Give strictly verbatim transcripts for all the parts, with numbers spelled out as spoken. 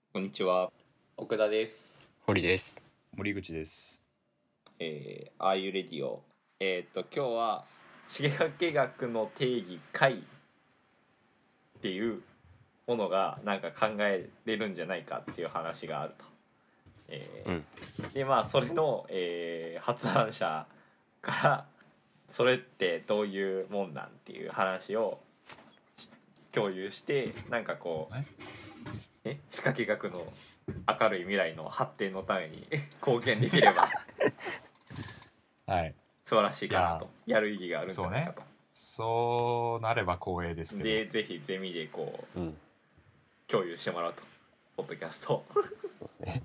こんにちは、奥田です。 堀です。 森口です。 えー、ああいうレディオ。えっ、と今日は地学学の定義解っていうものがなんか考えれるんじゃないかっていう話があると。えーうん、 でまあそれの、えー発案者からそれってどういうもんなんっていう話を共有して、なんかこうえ仕掛け学の明るい未来の発展のために貢献できればはい。 素晴らしいかなと、やる意義があるんじゃないかと。 そうね。そうなれば光栄ですけど。 でぜひゼミでこう、 うん、 共有してもらうと、ポッドキャストそうですね。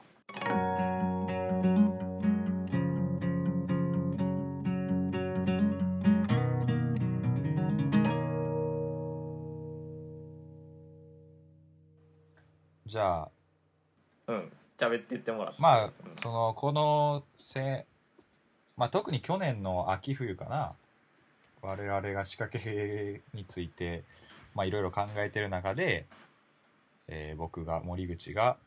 じゃあ、 うん喋ってってもらって、 まあ、 うん、 そのこのせ、まあ特に去年の秋冬かな、我々が仕掛けについて、まあいろいろ考えてる中で、えー僕が森口が、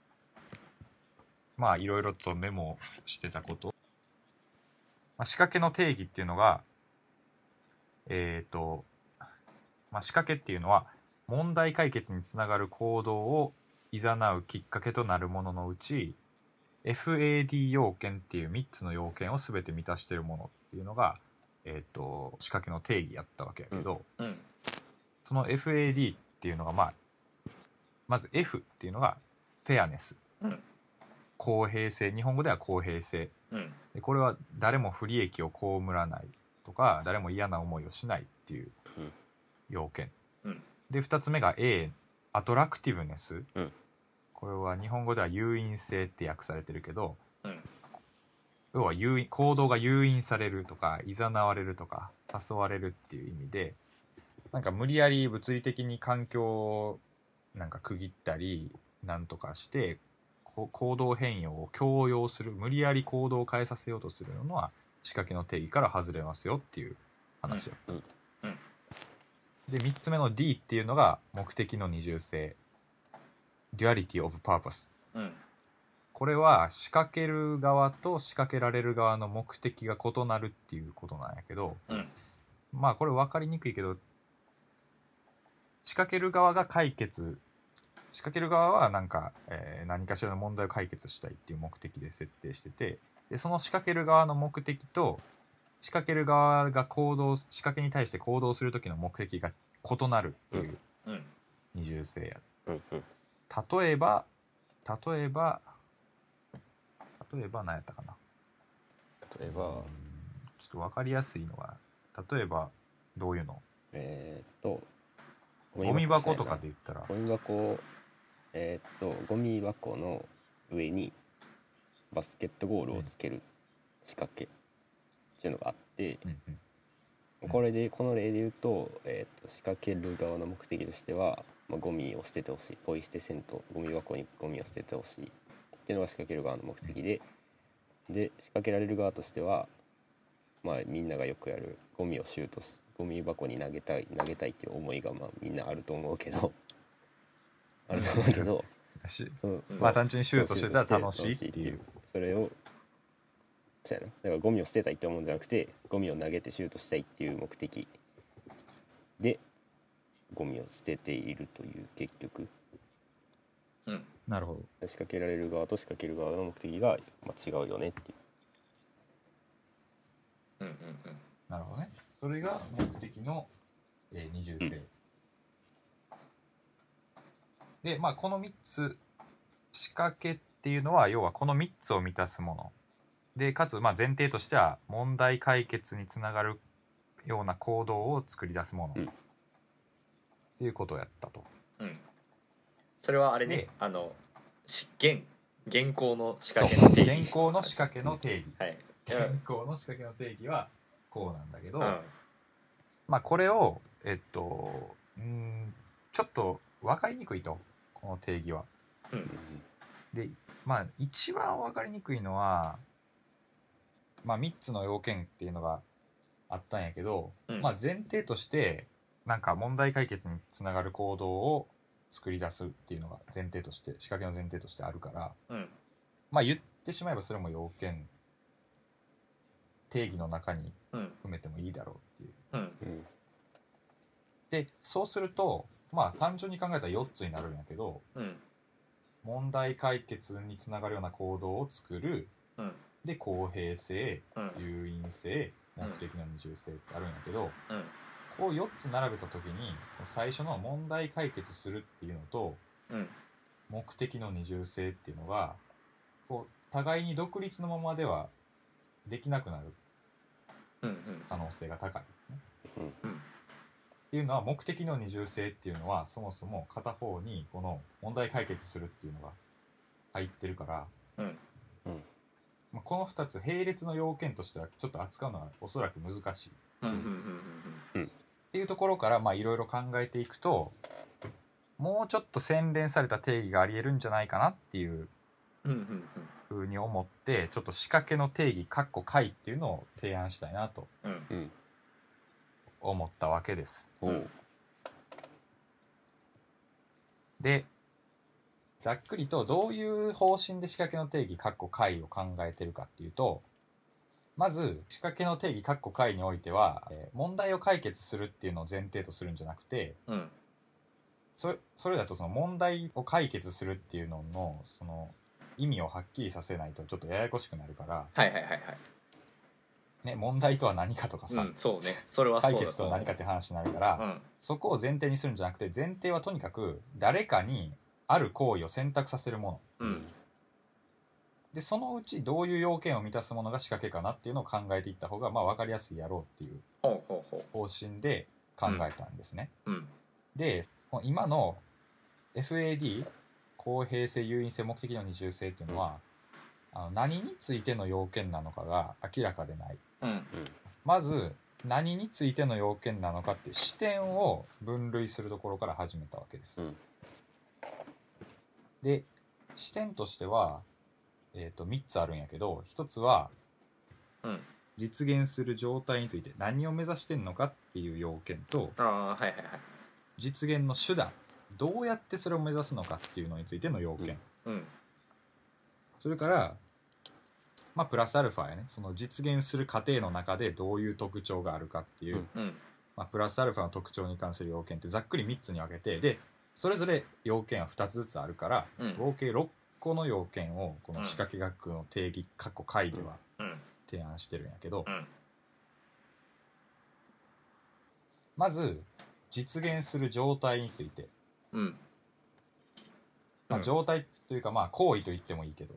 まあいろいろとメモしてたこと、まあ、仕掛けの定義っていうのが、えっと、まあ、仕掛けっていうのは問題解決につながる行動を誘うきっかけとなるもののうち エフエーディー 要件っていうみっつの要件を全て満たしているものっていうのが、えー、と仕掛けの定義やったわけやけど、 うん、 その エフエーディー っていうのが、まあ、まず F っていうのがフェアネス、 うん、 公平性、日本語では公平性うんで、これは誰も不利益を被らないとか誰も嫌な思いをしないっていう要件、 うん、 でふたつめが A、 アトラクティブネス、 うん、 これは日本語では誘引性って訳されてるけど、 うん、 要は誘引、行動が誘引されるとか誘われるとか誘われるっていう意味で、なんか無理やり物理的に環境をなんか区切ったりなんとかして行動変容を強要する、無理やり行動を変えさせようとするのは仕掛けの定義から外れますよっていう話だった、 うんうん、 でみっつめの D っていうのが目的の二重性、 Duality of Purpose、 うん、 これは仕掛ける側と仕掛けられる側の目的が異なるっていうことなんやけど、 うん、 まあこれ分かりにくいけど、仕掛ける側が解決、仕掛ける側はなんか、えー何かしらの問題を解決したいっていう目的で設定してて、でその仕掛ける側の目的と仕掛ける側が行動、仕掛けに対して行動する時の目的が異なるっていう二重性や、 うんうん、 例えば例えば例えば何やったかな、 例えば、 ちょっと分かりやすいのは、例えばどういうの、 えー、っとゴミ箱とかで言ったら、 ゴミ箱、えー、っとゴミ箱の上にバスケットゴールをつける仕掛けっていうのがあって、 うんうん、 これでこの例で言うと、えー、っと仕掛ける側の目的としては、まあ、ゴミを捨ててほしい、ポイ捨てせんとゴミ箱にゴミを捨ててほしいっていうのが仕掛ける側の目的で、で仕掛けられる側としては、まあ、みんながよくやるゴミをシュートしゴミ箱に投げたい投げたいっていう思いが、まあ、みんなあると思うけどあると思うけどそうまあ単純にシュートしてたら楽しいっていう、 それをそうやな、だからゴミを捨てたいって思うんじゃなくてゴミを投げてシュートしたいっていう目的でゴミを捨てているという、結局、 うん、 なるほど、 仕掛けられる側と仕掛ける側の目的が、まあ、違うよねっていう、 うんうんうん、 なるほどね。それが目的の、えー、二重性、うん、でまあこのみっつ、仕掛けっていうのは要はこのみっつを満たすもので、かつまあ前提としては問題解決につながるような行動を作り出すもの、うん、っていうことをやったと、 うん、それはあれね、あの現現行の仕掛けの定義、 現行の仕掛けの定義、 はい、 現行の仕掛けの定義はこうなんだけど、 うん、 まあこれをえっとんちょっと分かりにくいと、この定義は、 うん、 でまあ一番分かりにくいのは、まあ、みっつの要件っていうのがあったんやけど、うん、まあ前提としてなんか問題解決につながる行動を作り出すっていうのが前提として仕掛けの前提としてあるから、 うんまあ言ってしまえばそれも要件定義の中にうん含めてもいいだろうっていう。 うんうんでそうするとまあ単純に考えたらよっつになるんやけど、 うん問題解決につながるような行動を作る、 うんで公平性、 うん誘引性、目的の二重性ってあるんやけど、 うんこうよっつ並べた時に最初の問題解決するっていうのとうん目的の二重性っていうのがこう互いに独立のままではできなくなるうん可能性が高いですね。 うんっていうのは目的の二重性っていうのはそもそも片方にこの問題解決するっていうのが入ってるから、 うんまあ、このふたつ並列の要件としてはちょっと扱うのはおそらく難しいうんうんうんっていうところからまあいろいろ考えていくともうちょっと洗練された定義がありえるんじゃないかなっていううんうんうんふうに思ってちょっと仕掛けの定義括弧解っていうのを提案したいなとうんうん思ったわけです。 おうでざっくりとどういう方針で仕掛けの定義括弧解を考えてるかっていうとまず仕掛けの定義括弧解においては、えー問題を解決するっていうのを前提とするんじゃなくてうんそれ、それだとその問題を解決するっていうののその意味をはっきりさせないとちょっとややこしくなるから、 はいはいはいはいね、問題とは何かとかさ、 うんそうねそれはそうだ解決とは何かって話になるから、 うんそこを前提にするんじゃなくて前提はとにかく誰かにある行為を選択させるものうんでそのうちどういう要件を満たすものが仕掛けかなっていうのを考えていった方がまあ分かりやすいやろうっていうほうほうほ方針で考えたんですね。 ううんで今の エフエーディー 公平性誘引性目的の二重性っていうのは、あの何についての要件なのかが明らかでない。 うんまず何についての要件なのかっていう視点を分類するところから始めたわけです。 うんで視点としては、えー、とみっつあるんやけどひとつはうん実現する状態について何を目指してんのかっていう要件とああはいはいはい実現の手段どうやってそれを目指すのかっていうのについての要件、 うんそれからまあプラスアルファやねその実現する過程の中でどういう特徴があるかっていう、 うんうんまあ、プラスアルファの特徴に関する要件ってざっくりみっつに分けてでそれぞれ要件はふたつずつあるから、 うん合計ろっこの要件をこの仕掛け学の定義括弧解ではうん提案してるんやけど、 うんまず実現する状態について、 うんまあ、状態というかまあ行為と言ってもいいけど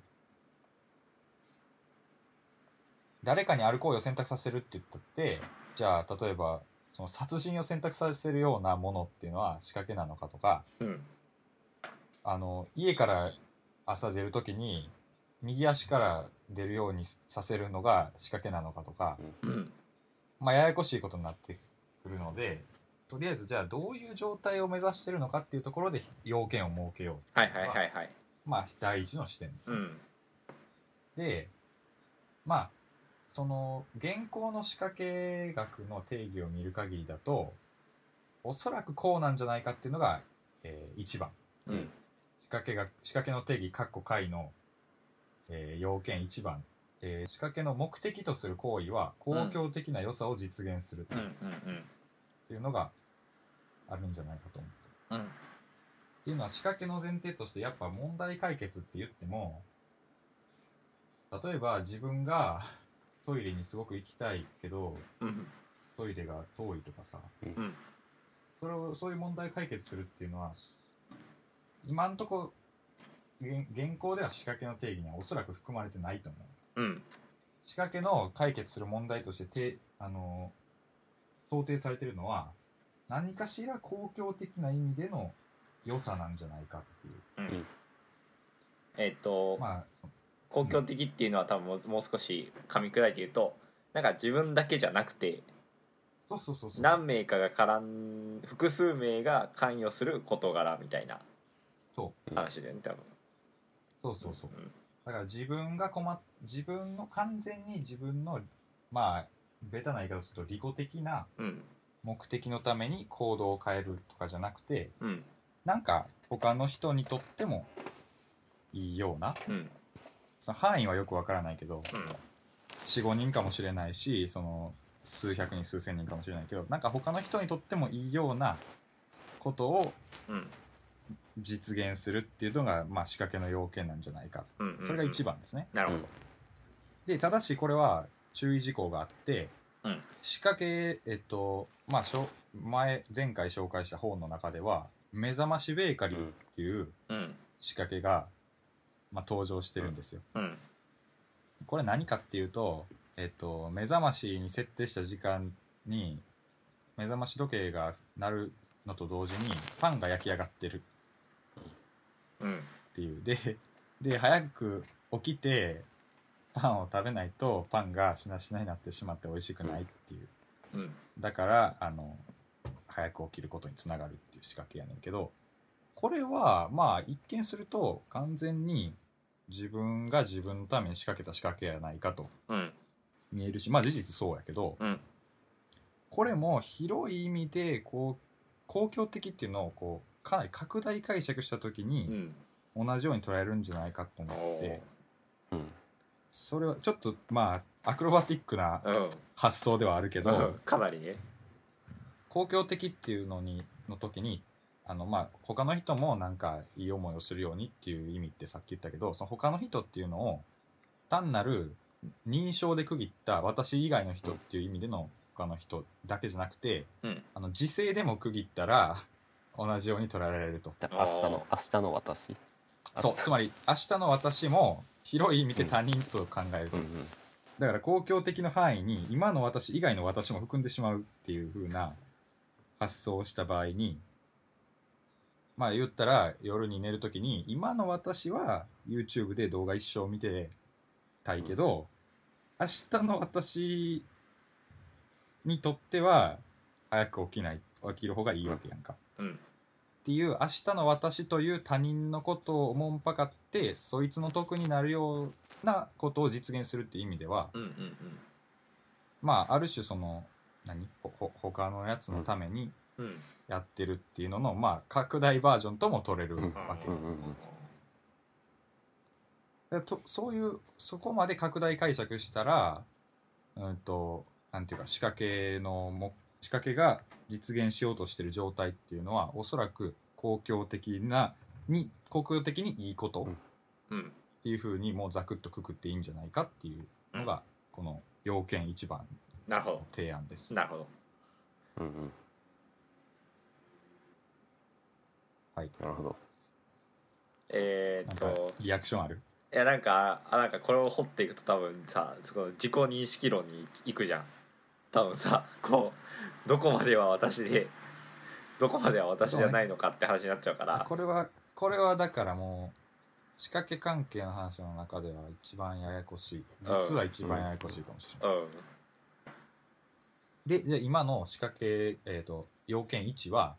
誰かにある行為を選択させるって言ったってじゃあ例えばその殺人を選択させるようなものっていうのは仕掛けなのかとかうんあの家から朝出るときに右足から出るようにさせるのが仕掛けなのかとか、 うんまあ、ややこしいことになってくるのでとりあえずじゃあどういう状態を目指してるのかっていうところで要件を設けようはいはいはいはいまあ第一の視点ですね、 うんでまあその現行の仕掛け学の定義を見る限りだとおそらくこうなんじゃないかっていうのが、えー、いちばんうん仕掛け学仕掛けの定義括弧解の、えー、要件いちばん、えー、仕掛けの目的とする行為は公共的な良さを実現するっうんうんていうのがあるんじゃないかと思う。 うんうんっていうのは仕掛けの前提としてやっぱ問題解決って言っても例えば自分がトイレにすごく行きたいけどうんトイレが遠いとかさうんそれをそういう問題解決するっていうのは今んとこ現現行では仕掛けの定義にはおそらく含まれてないと思う。 うん仕掛けの解決する問題としててあの想定されているのは何かしら公共的な意味での良さなんじゃないかっていう、 うんえっとまあそ公共的っていうのは多分もうもう少し噛み砕いて言うとなんか自分だけじゃなくてそうそうそうそう何名かが絡ん複数名が関与する事柄みたいなそう話だよね多分そうそうそううんだから自分が困っ自分の完全に自分のまあベタな言い方をすると利己的なうん目的のために行動を変えるとかじゃなくてうんなんか他の人にとってもいいような、 うんその範囲はよくわからないけど、 うんよん、ごにんかもしれないし、その数百人数千人かもしれないけど、なんか他の人にとってもいいようなことをうん実現するっていうのが、まあ、仕掛けの要件なんじゃないか、 うんうんうんそれが一番ですね。 なるほど。 でただしこれは注意事項があって、 うん仕掛けえっとまあしょ前前回紹介した本の中では目覚ましベーカリーっていううん仕掛けが、まあ、登場してるんですよ。 うんこれ何かっていうと、えっと、目覚ましに設定した時間に目覚まし時計が鳴るのと同時にパンが焼き上がってるうんっていうでで早く起きてパンを食べないとパンがしなしなになってしまって美味しくないっていう、 うんだからあの早く起きることにつながるっていう仕掛けやねんけど、これはまあ一見すると完全に自分が自分のために仕掛けた仕掛けやないかとうん見えるし、まあ事実そうやけど、 うんこれも広い意味でこう公共的っていうのをこうかなり拡大解釈した時うにん同じように捉えるんじゃないかと思って、 うんそれはちょっとまあアクロバティックなうん発想ではあるけど、 うんかなりね。 公共的っていうのにの時にあのまあ他の人もなんかいい思いをするようにっていう意味ってさっき言ったけど、その他の人っていうのを単なる認証で区切った私以外の人っていう意味での他の人だけじゃなくて、 うんあの時勢でも区切ったら同じように捉えられると。 だから明日の明日の私そうつまり明日の私も広い意味で他人と考えると、 うんうんだから公共的の範囲に今の私以外の私も含んでしまうっていう風な発想をした場合に、まあ言ったら夜に寝るときに今の私は YouTube で動画一生見てたいけど、明日の私にとっては早く起きない起きる方がいいわけやんか、 うんっていう明日の私という他人のことをおもんぱかってそいつの得になるようなことを実現するっていう意味では、 うんうんまあある種その何ほほ他のやつのためにうんうんやってるっていうのの、まあ拡大バージョンとも取れるわけ、 うんうんうんだとそういうそこまで拡大解釈したら、うんとなんていうか仕掛けのも仕掛けが実現しようとしている状態っていうのはおそらく公共的なに公共的にいいことっうんていうふうにもうざくっとくくっていいんじゃないかっていうのがこの要件一番なるほの提案です。 どなるほど。 うんうんはい。 なるほど。 なんかえーっとリアクションある？ いやなんかあなんかこれを掘っていくと多分さその自己認識論に行くじゃん。多分さこうどこまでは私でどこまでは私じゃないのかって話になっちゃうから。 これはこれはだからもう仕掛け関係の話の中では一番ややこしい、実は一番ややこしいかもしれない、 うんでじゃあ今の仕掛け、えー、と要件いちは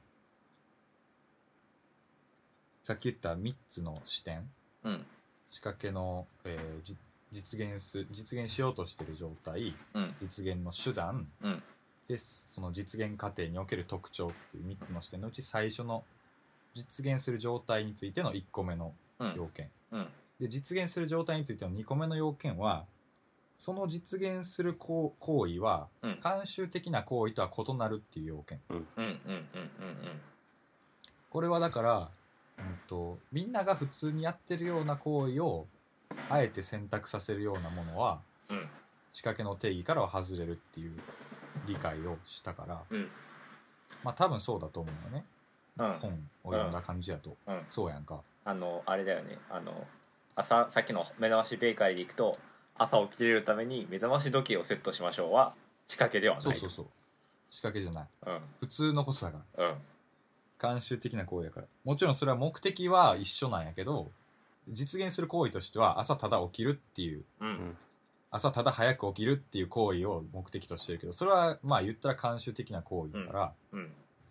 さっき言ったみっつの視点、 うん仕掛けの、えーじ実現す実現しようとしている状態、 うん実現の手段うんでその実現過程における特徴っていうみっつの視点のうち最初の実現する状態についてのいっこめのうん要件、 うんで実現する状態についてのにこめの要件はその実現する行行為はうん慣習的な行為とは異なるっていう要件。 うんうんうんうんこれはだから、うん、とみんなが普通にやってるような行為をあえて選択させるようなものはうん仕掛けの定義からは外れるっていう理解をしたから、 うんまあ多分そうだと思うよね、 うん本を読んだ感じやと、 うんそうやんか。 あのあれだよねあの朝さっきの目覚ましベーカリーでいくと朝起きれるために目覚まし時計をセットしましょうは仕掛けではない。 そうそうそう仕掛けじゃないうん普通のことだからうん慣習的な行為やから。もちろんそれは目的は一緒なんやけど実現する行為としては朝ただ起きるっていううん朝ただ早く起きるっていう行為を目的としてるけどそれはまあ言ったら慣習的な行為だから、 うん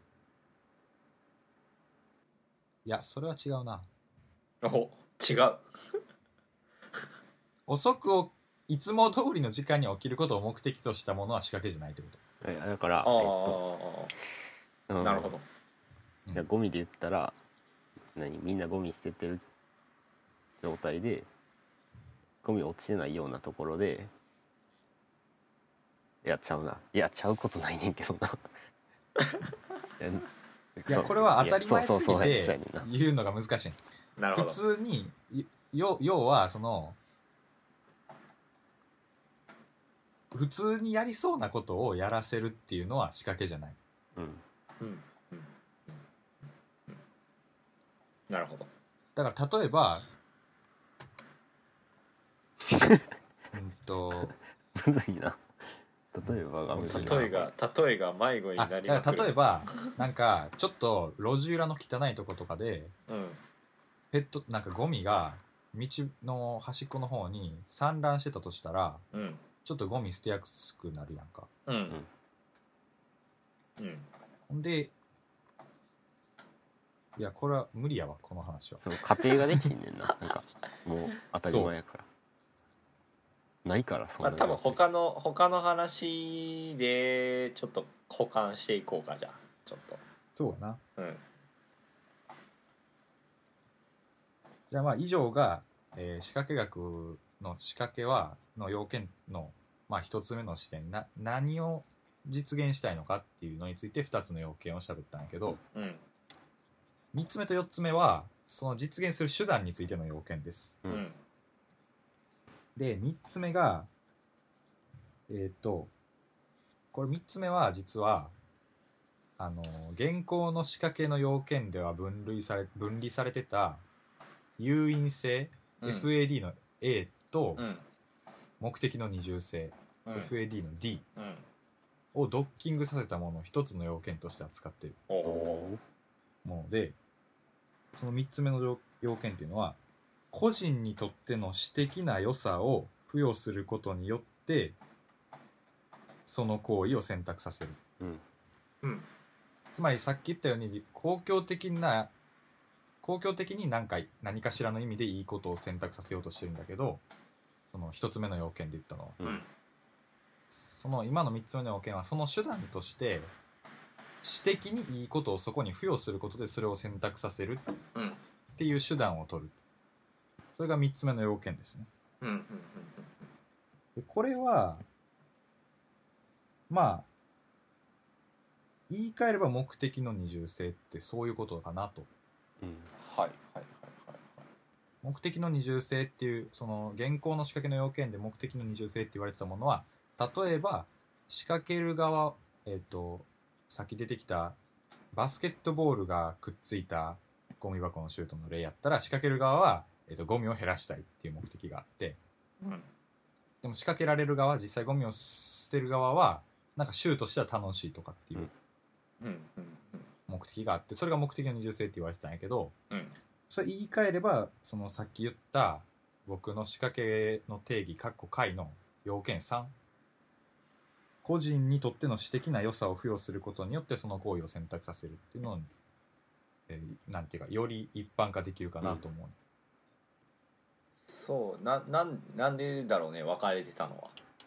いやそれは違うな。 お違う。 遅くをいつも通りの時間に起きることを目的としたものは仕掛けじゃないってこえだから、 あえっとあうんなるほど。 と、 いやゴミで言ったら何みんなゴミ捨ててる状態でゴミ落ちてないようなところでいやちゃうないやちゃうことないねんけどないやいやこれは当たり前すぎそうそうそうてそうやねんな言うのが難しい。普なるほど。 通によ要はその普通にやりそうなことをやらせるっていうのは仕掛けじゃない。 うんうんうんうんうんなるほど。 だから例えばうんとむずいな例えばがむずいな例えが例えが迷子にあなりだかまくる。 ら例えばなんかちょっと路地裏の汚いとことかでうんペットなんかゴミが道の端っこの方に散乱してたとしたらうんちょっとゴミ捨てやすくなるやんか。 うんうんほんでいやこれは無理やわこの話は。 その過程ができんねんななんかもう当たり前やからないからそんなまあ多分他の他の話でちょっと補完していこうかじゃあちょっとそうやな。 うんじゃあまあ以上が、えー仕掛け学の仕掛けはの要件のまあ一つ目の視点な何を実現したいのかっていうのについて二つの要件を喋ったんやけど、 うん三つ目と四つ目はその実現する手段についての要件です。 うんうんで三つ目がえっ、とこれ三つ目は実はあの現行の仕掛けの要件では分類され分離されてた誘引性、 うんエフエーディー の A とうん目的の二重性、 うんエフエーディー の D うんをドッキングさせたものを一つの要件として扱っているおおもので、そのみっつめの要要件っていうのは個人にとっての私的な良さを付与することによってその行為を選択させる。 うんうんつまりさっき言ったように公共的な公共的に何か何かしらの意味でいいことを選択させようとしてるんだけど、その一つ目の要件で言ったのは、 うんその今の三つ目の要件はその手段として私的にいいことをそこに付与することでそれを選択させるうんっていう手段を取る。それが三つ目の要件ですね。 うんうんでこれはまあ言い換えれば目的の二重性ってそういうことかなと。 うんはいはいはいはい目的の二重性っていうその現行の仕掛けの要件で目的の二重性って言われてたものは、例えば仕掛ける側、えっとさっき出てきたバスケットボールがくっついたゴミ箱のシュートの例やったら、仕掛ける側は、えっとゴミを減らしたいっていう目的があって、 うんでも仕掛けられる側、実際ゴミを捨てる側はなんかシュートしたら楽しいとかっていううんうん目的があって、それが目的の二重性って言われてたんやけど、 うんそれ言い換えればそのさっき言った僕の仕掛けの定義（括弧解の要件さん）、個人にとっての私的な良さを付与することによってその行為を選択させるっていうのを、えーなんていうかより一般化できるかなと思う。 そうななんなんでだろうね分かれてたのは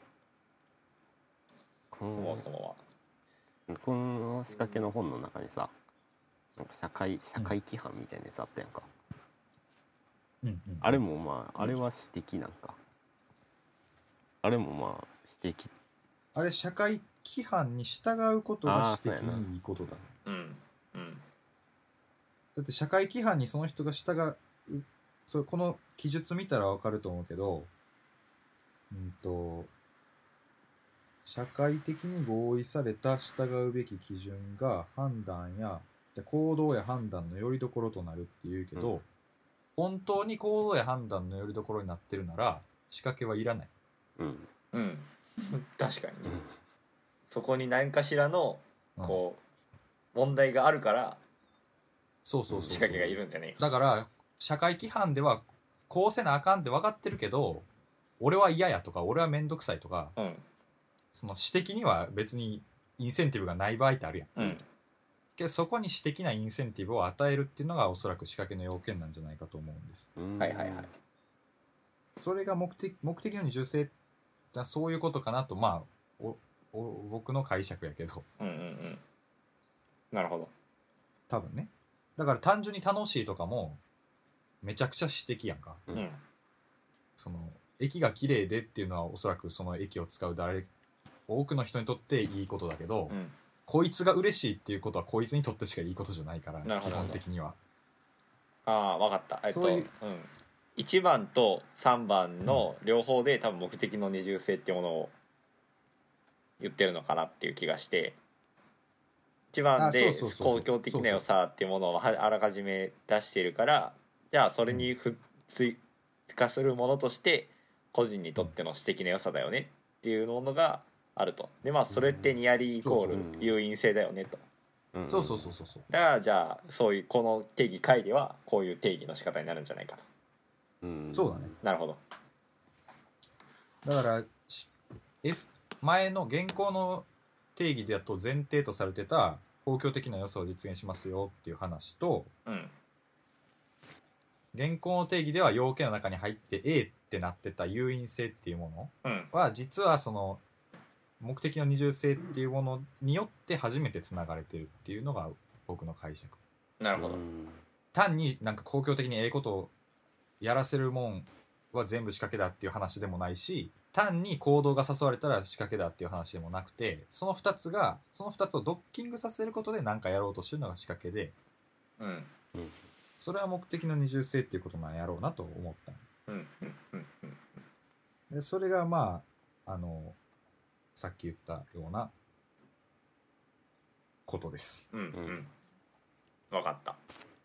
そこのもそもはこの仕掛けの本の中にさなんか社会社会規範みたいなやつあったやんか、 うんうんあれもまああれは私的なんかあれもまあ私的あれ社会規範に従うことが私的にいいことだ。 うんうんだって社会規範にその人が従う、それこの記述見たらわかると思うけど、うんと社会的に合意された従うべき基準が判断や行動や判断の拠り所となるっていうけど、 うん本当に行動や判断の拠り所になってるなら仕掛けはいらない。 うんうん確かにねうんそこに何かしらのうんこう問題があるからそうそうそうそう仕掛けがいるんじゃねえかだから社会規範ではこうせなあかんって分かってるけど俺は嫌やとか俺はめんどくさいとか、 うんその私的には別にインセンティブがない場合ってあるやん。 うんけどそこに私的なインセンティブを与えるっていうのがおそらく仕掛けの要件なんじゃないかと思うんです。 うんはいはいはいそれが目的目的の二重性だそういうことかなと、まあおお僕の解釈やけどうんうんうんなるほど多分ね。 だから単純に楽しいとかもめちゃくちゃ私的やんか。 うんその駅が綺麗でっていうのはおそらくその駅を使う誰多くの人にとっていいことだけど、 うんこいつが嬉しいっていうことはこいつにとってしかいいことじゃないから、基なるほど本的には。 ああ分かったえっとそういう、 うん、いちばんとさんばんの両方で多分目的の二重性っていうものを言ってるのかなっていう気がして、いちばんあでそうそうそうそう公共的な良さっていうものをはあらかじめ出しているから、じゃあそれにふ追加するものとして個人にとっての私的な良さだよねっていうものがあると。でまあそれってニアリーイコール有因性だよねと。 うんそうそうそうそうそう。 だからじゃあそういうこの定義会ではこういう定義の仕方になるんじゃないかと。 うんそうだね。 なるほど。 だからし F 前の現行の定義だと前提とされてた公共的な良さを実現しますよっていう話と、 うん現行の定義では要件の中に入って A ってなってた有因性っていうもうんのは実はその目的の二重性っていうものによって初めてつながれてるっていうのが僕の解釈。 なるほど。 うん単になんか公共的にええことをやらせるもんは全部仕掛けだっていう話でもないし、単に行動が誘われたら仕掛けだっていう話でもなくて、そのふたつがそのふたつをドッキングさせることで何かやろうとしてるのが仕掛けで、 うんそれは目的の二重性っていうことなんやろうなと思った。 うんうんうんうんでそれがまああのさっき言ったようなことです。 うんうん分かった。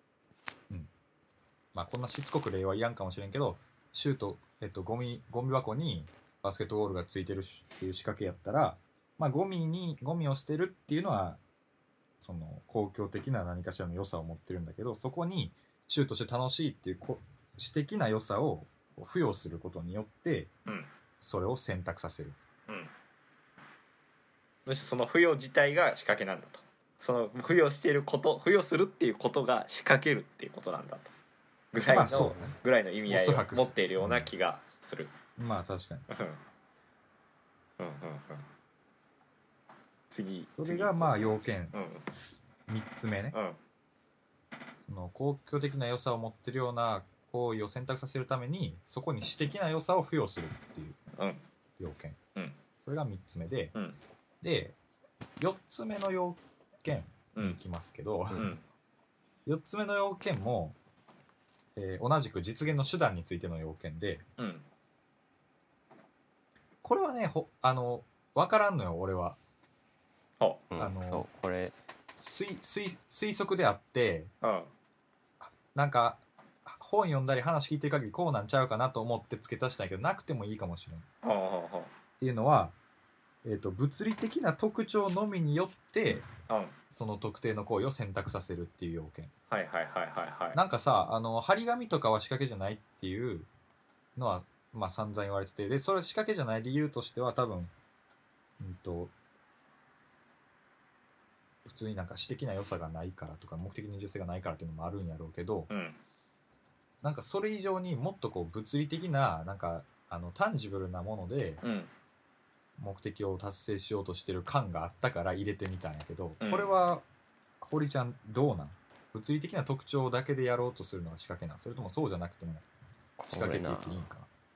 まあこんなしつこく例は言わんかもしれんけど、シュート、えっと、ゴミゴミ箱にバスケットボールがついてるしっていう仕掛けやったら、まあゴミにゴミを捨てるっていうのはその公共的な何かしらの良さを持ってるんだけど、そこにシュートして楽しいっていうこ私的な良さを付与することによってうんそれを選択させる。 うんむしろその付与自体が仕掛けなんだと。その付与していること付与するっていうことが仕掛けるっていうことなんだとぐらいの、 まあそうね。 ぐらいの意味合いをおそらく持っているような気がする。 まあ確かに。 うんうんうんうん次それがまあ要件うんみっつめね。 うんその公共的な良さを持ってるような行為を選択させるためにそこに私的な良さを付与するっていううん要件、 うんそれがみっつめで、 うんでよっつめの要件うんに行きますけど、 うんよっつめの要件も、えー同じく実現の手段についての要件で、 うんこれはねほあの分からんのよ俺は。 ほうんあのそうこれ推推推測であってううんなんか本読んだり話聞いてる限りこうなんちゃうかなと思って付け足したんやけど、なくてもいいかもしれんっほうほうほていうのは、えーと物理的な特徴のみによってううんその特定の行為を選択させるっていう要件。 はいはいはいはいはいなんかさあの張り紙とかは仕掛けじゃないっていうのはまあ散々言われてて、でそれ仕掛けじゃない理由としては多分うんと普通になんか私的な良さがないからとか目的二重性がないからっていうのもあるんやろうけど、 うんなんかそれ以上にもっとこう物理的ななんかあのタンジブルなものでうん目的を達成しようとしてる感があったから入れてみたんやけど、 うんこれは堀ちゃんどうなん？物理的な特徴だけでやろうとするのが仕掛けなん？それともそうじゃなくても仕掛けていっていいんか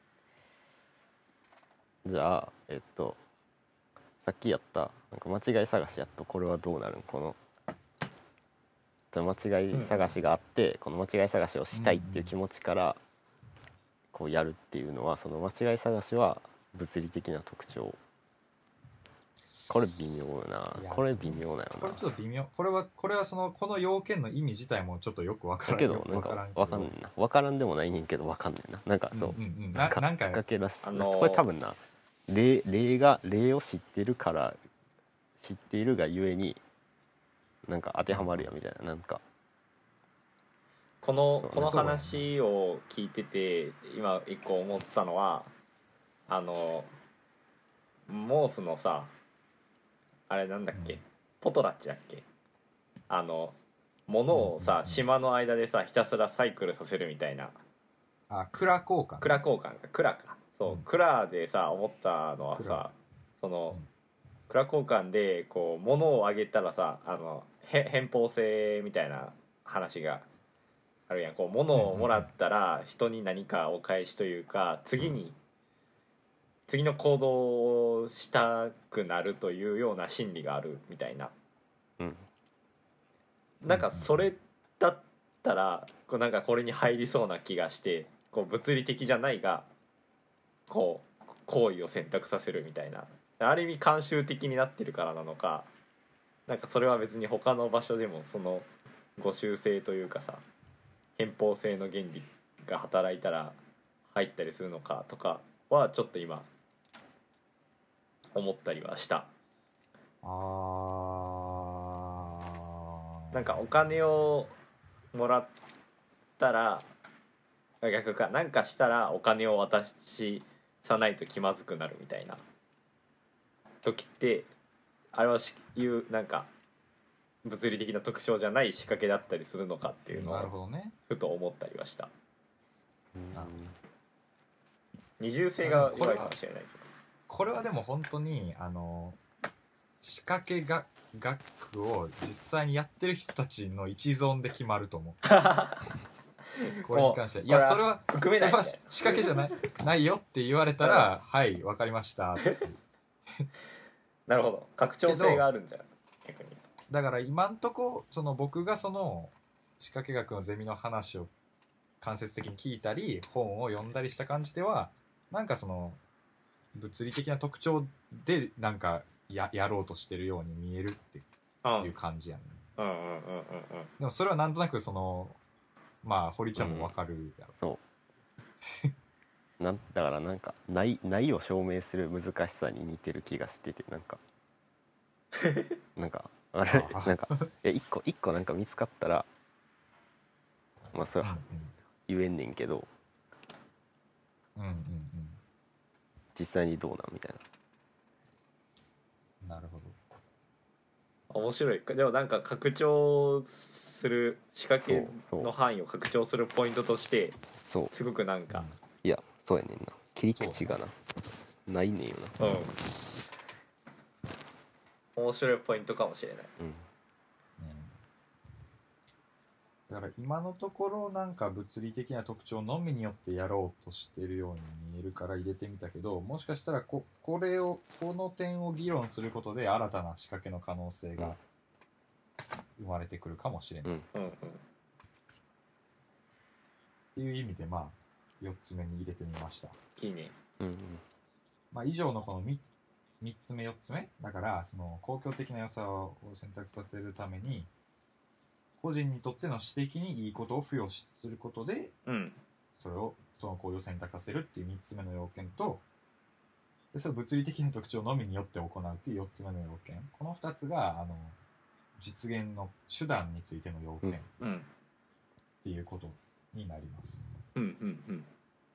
な？ じゃあえっとさっきやったなんか間違い探しやっとこれはどうなるん？このじゃあ間違い探しがあって、うん、この間違い探しをしたいっていう気持ちからこうやるっていうのは、その間違い探しは物理的な特徴。これ微妙な。これ微妙なよな。 これちょっと微妙。これはこれはそのこの要件の意味自体もちょっとよくわからん。 だけどなんかわかんねんな。わからんでもないねんけどわかんねんな。なんかそう。 うんうんうん、 なかなんか仕掛けらしい、 あのー、 これ多分な例例が例を知ってるから知っているがゆえになんか当てはまるよみたいな、なんかこのそうこの話を聞いてて今一個思ったのは、あのモースのさあれなんだっけ、 うんポトラッチだっけ、あの物をさ、 うん島の間でさひたすらサイクルさせるみたいな、 あクラ交換クラ交換かクラかそう、 うんクラでさ思ったのはクラさ、その、 うんクラ交換でこう物をあげたらさあのへ偏方性みたいな話があるやん。こう物をもらったら人に何かお返しというか、次に次の行動をしたくなるというような心理があるみたいな。 うんなんかそれだったらこうなんかこれに入りそうな気がして、こう物理的じゃないがこう行為を選択させるみたいな、ある意味慣習的になってるからなのか、なんかそれは別に他の場所でもその互習性というかさ、偏方性の原理が働いたら入ったりするのかとかはちょっと今思ったりはした。 あーなんかお金をもらったら逆か、なんかしたらお金を渡しさないと気まずくなるみたいな時って、あれはしいうなんか物理的な特徴じゃない仕掛けだったりするのかっていうのなるをほどね。 ふと思ったりはした。 うん二重性が弱いかもしれないけど、 これはでも本当にあの仕掛けが学を実際にやってる人たちの一存で決まると思う。これに関しては、いやそれは含めないそれは仕掛けじゃないないよって言われたら、はいわかりましたって。 なるほど、拡張性があるんじゃない逆に。 だから今んとこその僕がその仕掛け学のゼミの話を間接的に聞いたり本を読んだりした感じでは、なんかその物理的な特徴でなんか や, やろうとしてるように見えるっていう感じやね、 うんうんうんうんうん。 でもそれはなんとなくそのまあ堀ちゃんもわかるやろ、 そうなんだからなんかないないを証明する難しさに似てる気がしてて、なんかなんかあれああなんかいや一個一個なんか見つかったらまあそれは言えんねんけど、 うんうんうん実際にどうなんみたいな。 うん、なるほど。 面白い。でもなんか拡張する仕掛けの範囲を拡張するポイントとしてそうすごくなんか、 いやそうやねんな、切り口がなないねんよな。 うん面白いポイントかもしれない。 うんだから今のところなんか物理的な特徴のみによってやろうとしてるように見えるから入れてみたけど、もしかしたら こ, これをこの点を議論することで新たな仕掛けの可能性が生まれてくるかもしれない、 うんうんうん。 っていう意味でまあよっつめに入れてみました。 いいね。 うんうんまあ以上のこの 3, 3つ目よっつめだから、その公共的な良さを選択させるために個人にとっての私的にいいことを付与することでうんそれをその行為を選択させるっていうみっつめの要件と、でそれを物理的な特徴のみによって行うっていうよっつめの要件、このふたつがあの実現の手段についての要件っうんていうことになります。 うんうんうん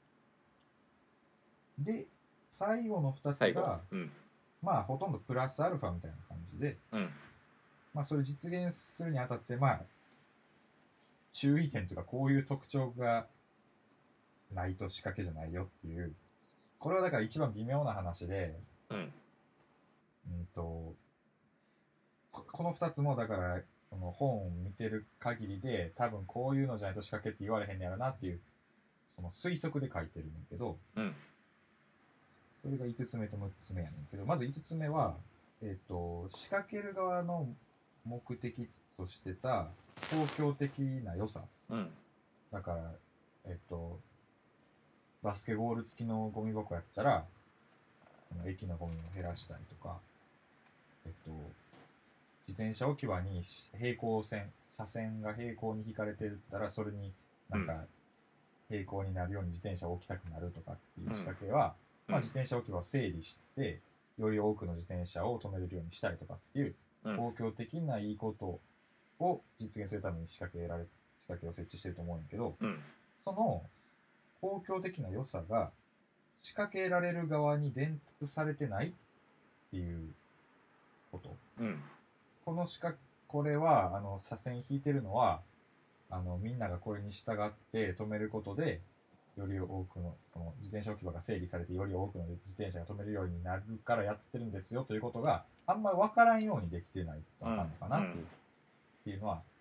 で最後のふたつ最後がうんまあほとんどプラスアルファみたいな感じで、 うんまあそれ実現するにあたってまあ注意点というかこういう特徴がないと仕掛けじゃないよっていう、これはだから一番微妙な話で、 うんうんとここのふたつもだからその本を見てる限りで多分こういうのじゃないと仕掛けって言われへんねやろなっていうその推測で書いてるんだけど、 うんそれがいつつめとむっつめやねんけど、まずいつつめは、えっと仕掛ける側の目的としてた公共的な良さうんだから、えっとバスケゴール付きのゴミ箱やったらその駅のゴミを減らしたりとか、えっと自転車置き場に平行線車線が平行に引かれてたらそれになんか平行になるように自転車を置きたくなるとかっていう仕掛けは、 うんまあ、自転車置き場を整理してより多くの自転車を止めれるようにしたりとかっていううん公共的ないいことを実現するために仕掛けられ仕掛けを設置してると思うんだけど、 うんその公共的な良さが仕掛けられる側に伝達されてないっていうこと。 うんこの仕掛これはあの車線引いてるのはあのみんながこれに従って止めることでより多くのその自転車置き場が整理されてより多くの自転車が止めるようになるからやってるんですよということがあんまり分からんようにできてないとあかんのかなっていうのは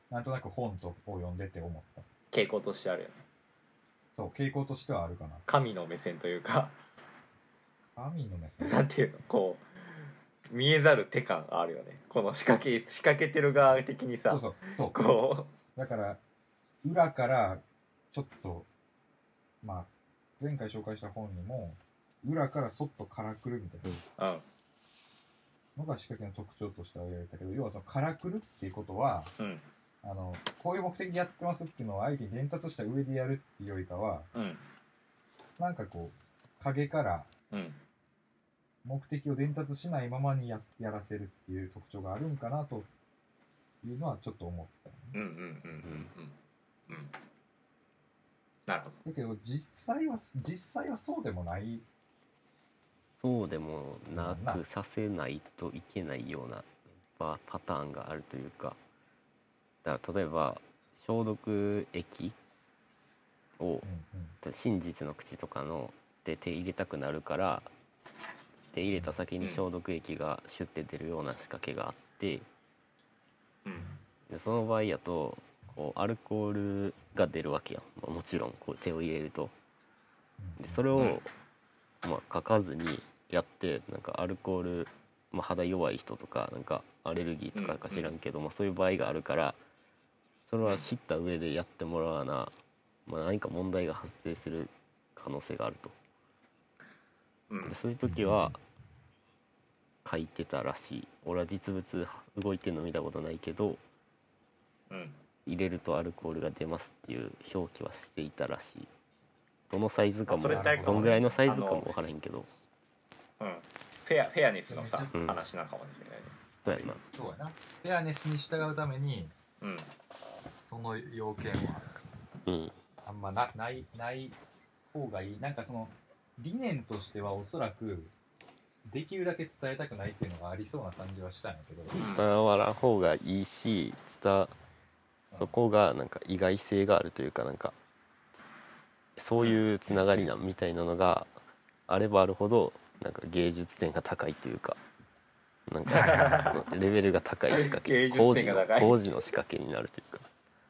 なんとなく本とを読んでて思った。 傾向としてあるよね。 そう傾向としてはあるかな。 神の目線というか神の目線なんていうの、こう見えざる手感があるよね、この仕掛け仕掛けてる側的にさ。 そうそうそうこだから裏からちょっとまあ前回紹介した本にも裏からそっとからくるみたいなううんのが仕掛けの特徴として挙げられたけど、要はそのからくるっていうことはうんあのこういう目的でやってますっていうのを相手に伝達した上でやるっていうよりかは、 うんなんかこう影からうん目的を伝達しないままに や, やらせるっていう特徴があるんかなというのはちょっと思った、ね、 うんうんうんうんうんうんなるほど。 だけど実際は実際はそうでもない。 そうでもなくさせないといけないようなパパターンがあるというか、だから例えば消毒液をうんうん真実の口とかので手入れたくなるから手入れた先に消毒液がシュッて出るような仕掛けがあって、 うんでその場合やとこうアルコールが出るわけやん、まあ、もちろんこう手を入れるとでそれを、まあ、書かずにやってなんかアルコール、まあ、肌弱い人とかなんかアレルギーとかか知らんけど、まあ、そういう場合があるからそれは知った上でやってもらわな、まあ、何か問題が発生する可能性があると。 うんでそういう時は書いてたらしい。俺は実物動いてるの見たことないけどうん入れるとアルコールが出ますっていう表記はしていたらしい。どのサイズかもそれってあれかもねどんぐらいのサイズかも分からへんけど、 うんフェアフェアネスのさ、 うん話なんかもしれないね。 そうやな。 そうやな。フェアネスに従うためにうんその要件はうんあんまなないない方がいい。なんかその理念としてはおそらくできるだけ伝えたくないっていうのがありそうな感じはしたんやけど、 伝わらん方がいいし伝そこがなんか意外性があるというかなんかそういうつながりなんみたいなのがあればあるほどなんか芸術点が高いというかなんかレベルが高い仕掛け工事の工事の仕掛けになるというか。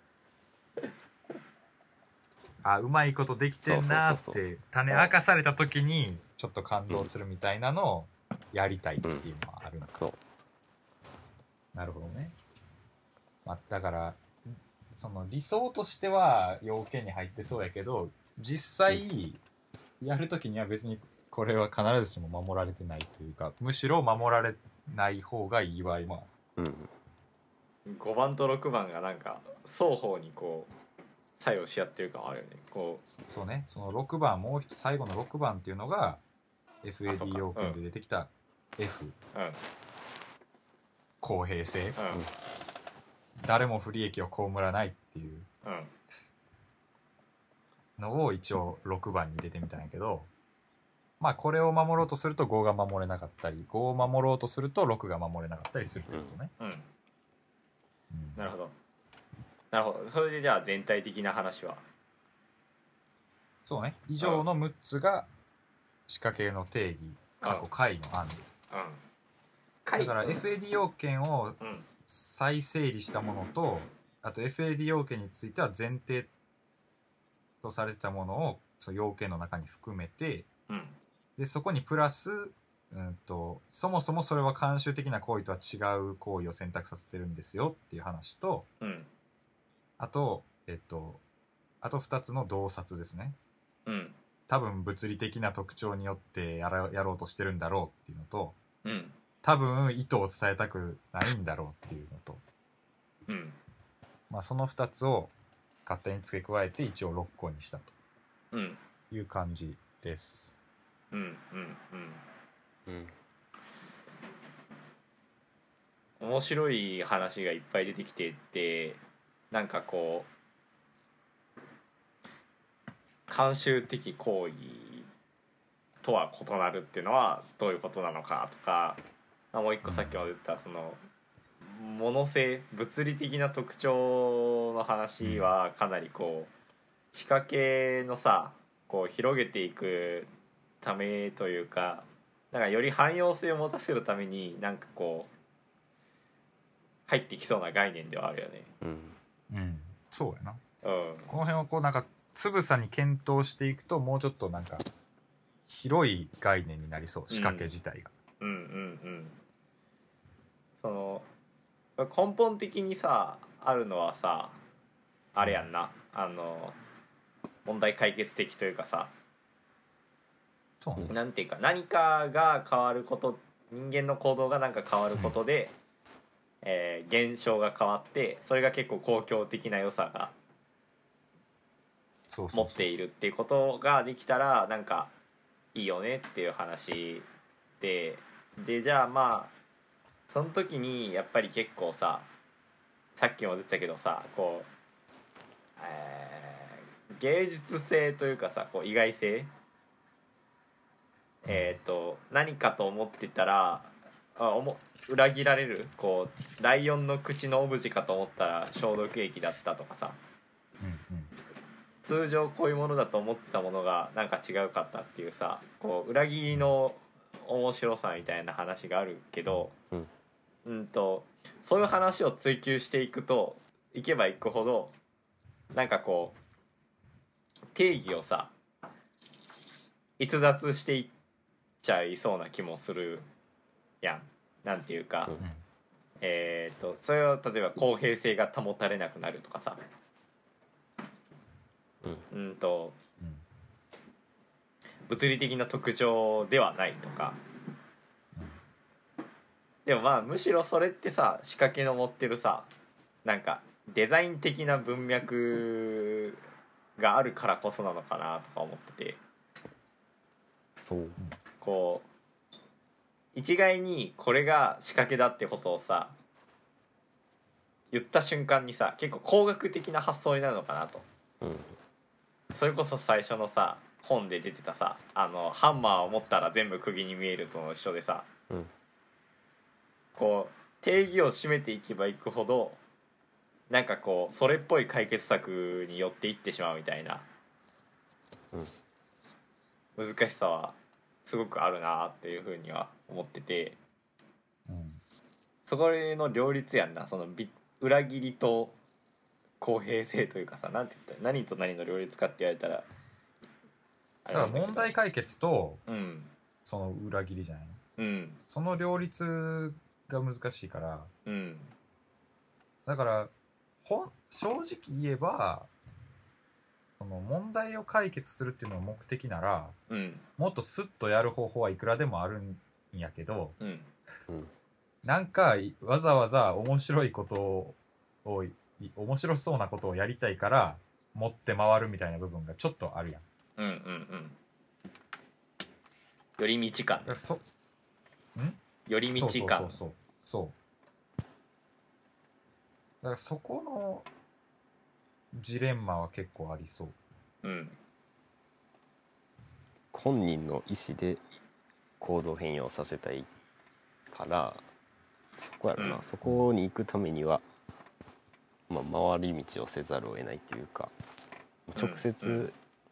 あうまいことできてんなっそうそうそうて種明かされた時にちょっと感動するみたいなのをやりたいっていうのはあるんです、 そうなるほどね、まあ、だからその理想としては要件に入ってそうやけど実際やる時には別にこれは必ずしも守られてないというかむしろ守られない方がいい場合もある。 うんごばんとろくばんがなんか双方にこう作用し合ってる感あるよね。こうそうね、そのろくばんもう一つ最後のろくばんっていうのが エフエーディー 要件で出てきた F、 うん公平性、 うん誰も不利益を被らないっていううんのを一応ろくばんに入れてみたんやけど、まあこれを守ろうとするとごが守れなかったりごを守ろうとするとろくが守れなかったりするってことね、 うんうんなるほどなるほど。それでじゃあ全体的な話はそうね、以上のむっつが仕掛けの定義過去解の案です。 うんだから エフエーディー 要件をうん再整理したものとあと エフエーディー 要件については前提とされてたものをその要件の中に含めてうんでそこにプラス、うんと、そもそもそれは慣習的な行為とは違う行為を選択させてるんですよっていう話とうんあとえっとあとふたつの洞察ですね。 うん多分物理的な特徴によってやらやろうとしてるんだろうっていうのとうん多分意図を伝えたくないんだろうっていうのと、 うんまあ、そのふたつを勝手に付け加えて一応ろっこにしたうんという感じです。 うんうんうんうん面白い話がいっぱい出てきてってなんかこう慣習的行為とは異なるっていうのはどういうことなのかとか、もう一個さっきも言ったその物性物理的な特徴の話はかなりこう仕掛けのさこう広げていくためというかなんかより汎用性を持たせるためになんかこう入ってきそうな概念ではあるよね。 うんうんそうやな。 うんこの辺をこうなんかつぶさに検討していくともうちょっとなんか広い概念になりそう、仕掛け自体が。 うんうんうんその根本的にさあるのはさあれやんな、あの問題解決的というかさ、 そうね。 なんていうか何かが変わること、人間の行動がなんか変わることで、えー現象が変わって、それが結構公共的な良さがそうそうそう持っているっていうことができたらなんかいいよねっていう話で、でじゃあまあその時にやっぱり結構さ、さっきも出てたけどさ、こう、えー芸術性というかさ、こう意外性、えっと何かと思ってたらあおも裏切られる、こうライオンの口のオブジェかと思ったら消毒液だったとかさ、 うんうん通常こういうものだと思ってたものがなんか違うかったっていうさ、こう裏切りの面白さみたいな話があるけど、 うんうんとそういう話を追求していくといけばいくほどなんかこう定義をさ逸脱していっちゃいそうな気もするやん。なんていうか、 うんうんえー、とそれを例えば公平性が保たれなくなるとかさ、うんとうん物理的な特徴ではないとか、でもまあむしろそれってさ仕掛けの持ってるさなんかデザイン的な文脈があるからこそなのかなとか思ってて、 そうこう一概にこれが仕掛けだってことをさ言った瞬間にさ結構工学的な発想になるのかなと。 うんそれこそ最初のさ本で出てたさ、あのハンマーを持ったら全部釘に見えるとの一緒でさ、 うんこう定義を締めていけばいくほどなんかこうそれっぽい解決策に寄っていってしまうみたいな難しさはすごくあるなっていうふうには思ってて、 うんそこの両立やんな、そのび裏切りと公平性というかさ、なんて言ったら何と何の両立かって言われたらあだかられなんだけど問題解決とうんその裏切りじゃないの。 うんその両立が難しいから、 うんだからほん正直言えばその問題を解決するっていうのが目的ならうんもっとスッとやる方法はいくらでもあるんやけど、 うんなんかわざわざ面白いことをい面白そうなことをやりたいから持って回るみたいな部分がちょっとあるやん。 うんうんうん寄り道感だからそ寄り道そう感そうそうそうそうだからそこのジレンマは結構ありそう。 うん本人の意思で行動変容させたいからそこやろな、 うんそこに行くためには、まあ、回り道をせざるを得ないというか直接、 うんうん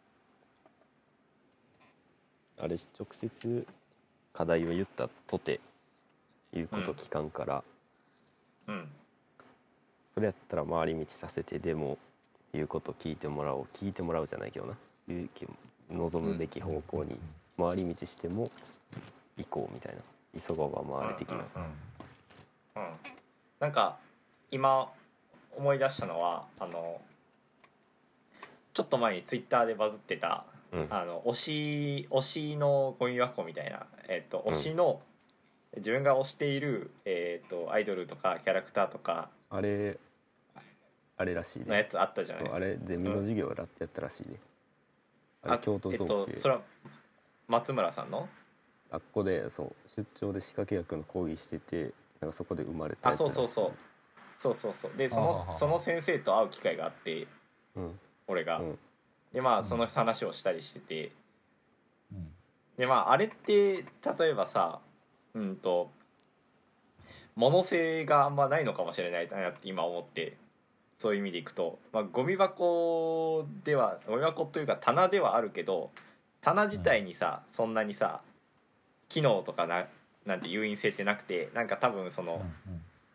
あれ直接課題を言ったとて言うこと聞かんから、 うんそれやったら回り道させてでも言うこと聞いてもらおう聞いてもらうじゃないけどな言う望むべき方向に回り道しても行こうみたいな急がば回れ的な。 うんうんなんか今思い出したのはあのちょっと前にツイッターでバズってた、 うんあの推し推しのゴミ箱みたいな、えっとうん推しの、自分が推している、えっとアイドルとかキャラクターとかあれあれらしいね。 のやつあったじゃない。 そうあれゼミの授業だってやったらしいね。あれあ京都えっ造形、 とそれは松村さんのあっこでそう出張で仕掛け役の講義しててなんかそこで生まれたあやつらしい。 そうそうそうそうそうそうでそはあはあはあのその先生と会う機会があってうん俺が、 うんでまあうんその話をしたりしてて、 うんでまああれって例えばさうんと物性があんまないのかもしれないなって今思って、そういう意味でいくと、まあ、ゴミ箱ではゴミ箱というか棚ではあるけど棚自体にさ、そんなにさ機能とかななんて誘引性ってなくて、なんか多分その、 うん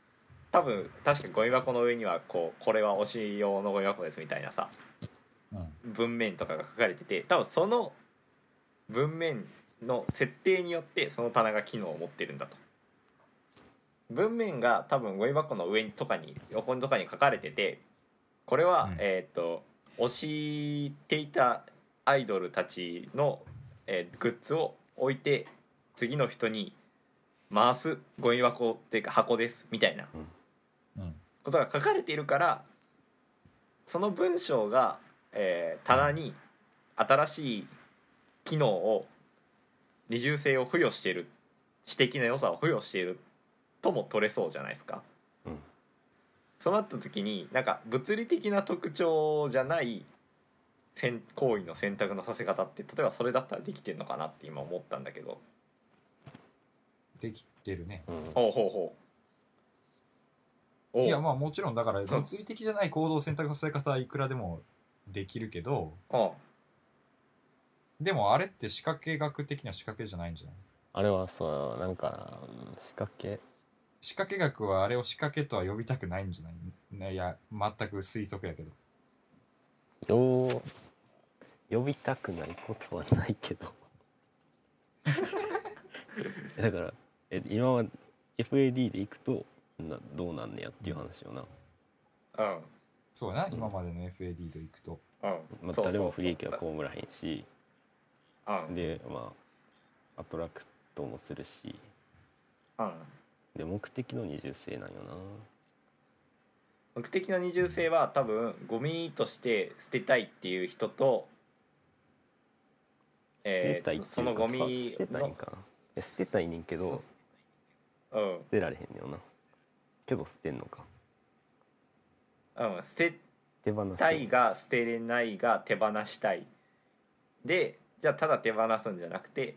多分確かゴミ箱の上にはこうこれは推し用のゴミ箱ですみたいなさうん文面とかが書かれてて、多分その文面の設定によってその棚が機能を持ってるんだと。文面が多分ゴミ箱の上にとかに横にとかに書かれてて、これは、 うんえっ、と推していたアイドルたちの、えーグッズを置いて次の人に回すゴミ箱っていうか箱ですみたいなうんことが書かれているから、その文章が、えー棚に新しい機能を二重性を付与している、詩的な良さを付与しているとも取れそうじゃないですか。 うんそうなった時になんか物理的な特徴じゃない選行為の選択のさせ方って例えばそれだったらできてるのかなって今思ったんだけど。 できてるね。 うんほうほうほう。おういやまあもちろんだから物理的じゃない行動を選択させ方はいくらでもできるけど、 うんでもあれって仕掛け学的には仕掛けじゃないんじゃない？ あれはそうなんかうん仕掛け仕掛け学はあれを仕掛けとは呼びたくないんじゃない？ね、いや全く推測やけど。 よう呼びたくないことはないけどだからえ今は エフエーディー でいくとなどうなんねやっていう話よな、 うんそうやな、今までの エフエーディー といくと。 うんまあ、 そうそうそう誰も不利益は被らへんしうんでまあアトラクトもするしうんで目的の二重性なんよな。 目的の二重性は多分ゴミとして捨てたいっていう人と、 捨てえたいってーとそのゴミ捨てたいんのかな。え捨てたいねんけどうん捨てられへんねよな。けど捨てんのか。 うん捨て手放すたいが捨てれないが手放したいで、じゃあただ手放すんじゃなくて、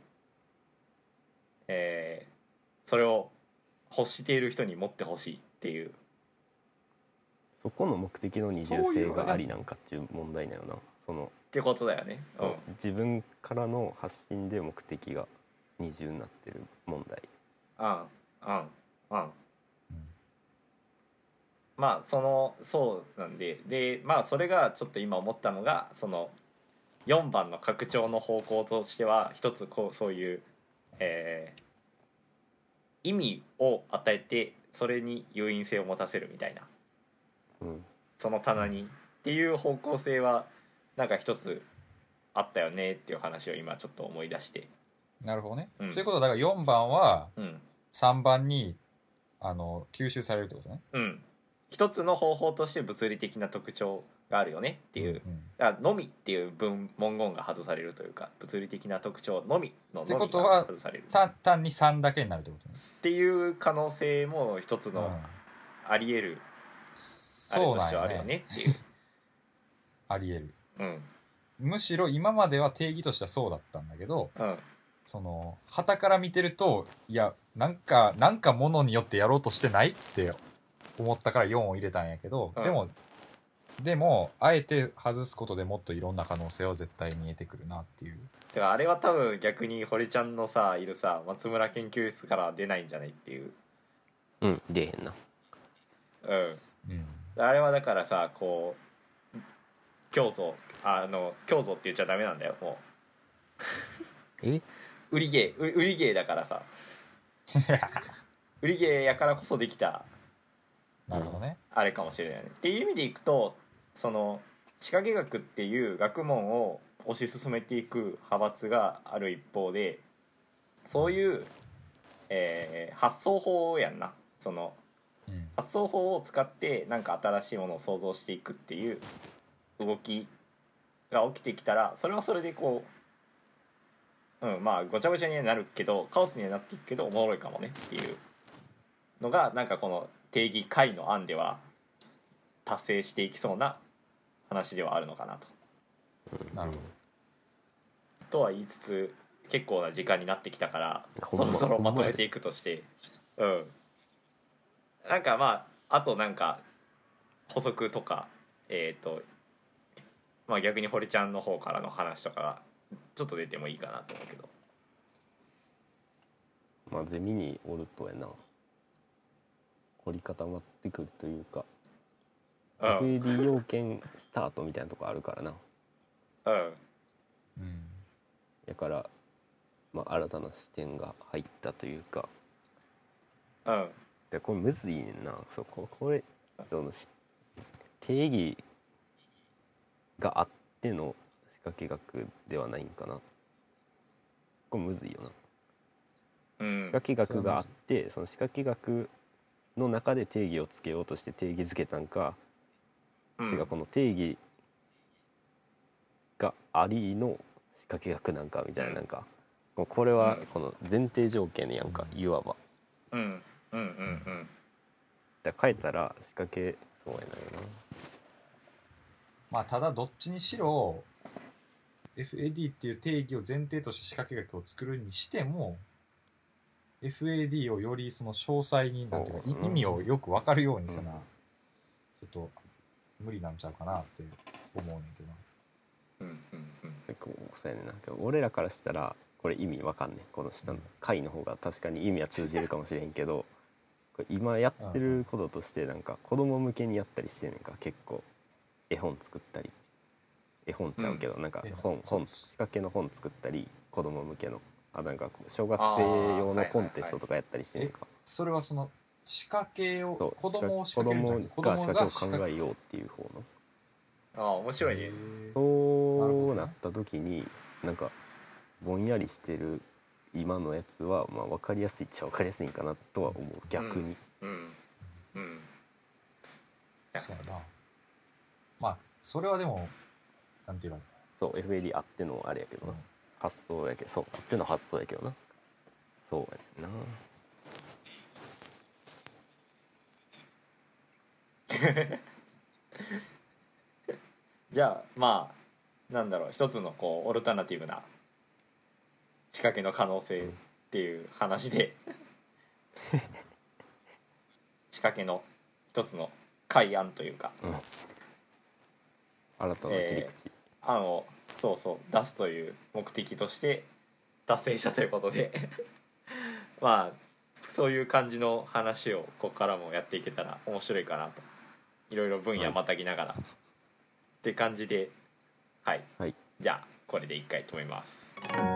えーそれを欲している人に持ってほしいっていう。 そこの目的の二重性がありなんかっていう問題なよな。そのってことだよね。うんそう自分からの発信で目的が二重になってる問題。 うんうんうんうんまあそのそうなんででまあそれがちょっと今思ったのが、そのよんばんの拡張の方向としては一つこうそういう、えー意味を与えてそれに誘引性を持たせるみたいな、 うんその棚にっていう方向性はなんか一つあったよねっていう話を今ちょっと思い出して。 なるほどね、 うんということはだからよんばんはうんさんばんにあの吸収されるってことね。 うん一つの方法として物理的な特徴があるよねっていう、だからのみっていう文文言が外されるというか、物理的な特徴のみのってのみことはが外される単単にさんだけになるってことね。 っていう可能性も一つうんのあり得る、あれそうなんよとしてはあるよね。 ねっていう。 ありえる。 うんむしろ今までは定義としてはそうだったんだけど、 うんその傍から見てるといやなんかなんかものによってやろうとしてないって思ったからよんを入れたんやけど、 うんでもでもあえて外すことでもっといろんな可能性は絶対見えてくるなっていう。 だからあれは多分逆に堀ちゃんのさいるさ松村研究室からは出ないんじゃないっていう。 うん出えへんな。 うんうんあれはだからさこう教祖あの教祖って言っちゃダメなんだよもえう売り芸売り芸だからさ売り芸やからこそできたなるほどね。 あれかもしれないねっていう意味でいくと、その仕掛け学っていう学問を推し進めていく派閥がある一方で、そういう、えー発想法やんな。そのうん発想法を使ってなんか新しいものを創造していくっていう動きが起きてきたら、それはそれでこう、うん、まあごちゃごちゃにはなるけどカオスにはなっていくけどおもろいかもねっていうのがなんかこの定義解の案では達成していきそうな話ではあるのかなと。 なるほど。 とは言いつつ結構な時間になってきたからほんまそろそろまとめていくとしてうんなんかまああとなんか補足とかえっとまあ逆に堀ちゃんの方からの話とかがちょっと出てもいいかなと思うけど。 まあゼミにおるとやな凝り固まってくるというか、 うんエフエーディー 要件スタートみたいなとこあるからな。 うんうんだから、まあ、新たな視点が入ったというか、 うんでこれむずいねんな。そうここれそのし定義があっての仕掛け学ではないんかな。これむずいよな。 うん仕掛け学があってその仕掛け学の中で定義をつけようとして定義づけたんか、 うんてかこの定義がありの仕掛け学なんかみたいな、 うんなんかもうこれはうんこの前提条件やんか、いわば。 うんうんうんうんだから変えたら仕掛けそうやなよまあただどっちにしろ エフエーディー っていう定義を前提として仕掛け学を作るにしても エフエーディー をよりその詳細になんていうか、 そうい意味をよく分かるようにうんせな、ちょっと無理なんちゃうかなって思うねんけどな。 うんうんうんな。結構そうやねんな。けど俺らからしたらこれ意味わかんねん。この下の回の方が確かに意味は通じるかもしれへんけどこれ今やってることとしてなんか子供向けにやったりしてんねんか。結構絵本作ったり、絵本ちゃうけど、なんか絵本本本仕掛けの本作ったり、子供向けのあなんか小学あ生ー用のコンテストとかやったりしてんねんか。 それはその仕掛けをそう子供を仕子掛けるんじゃ供なくてが仕掛けを考子供がえようっていう方のああ面白いね。 へーそうなった時になんかぼんやりしてる今のやつはまあ分かりやすいっちゃ分かりやすいんかなとは思う、逆に。 うんうんそうやな。まあそれはでもなんていうか、 そう エフエーディー あってのあれやけどな、発想やけど、そうあっての発想やけどな、そうやねんな。 じゃあまあなんだろう、一つのこうオルタナティブな仕掛けの可能性っていう話で仕掛けの一つの改案というか、 うん新たな切り口、 案をそうそう出すという目的として達成したということでまあそういう感じの話をここからもやっていけたら面白いかなと、いろいろ分野またぎながら、って感じではい、 はいじゃあこれで一回止めます。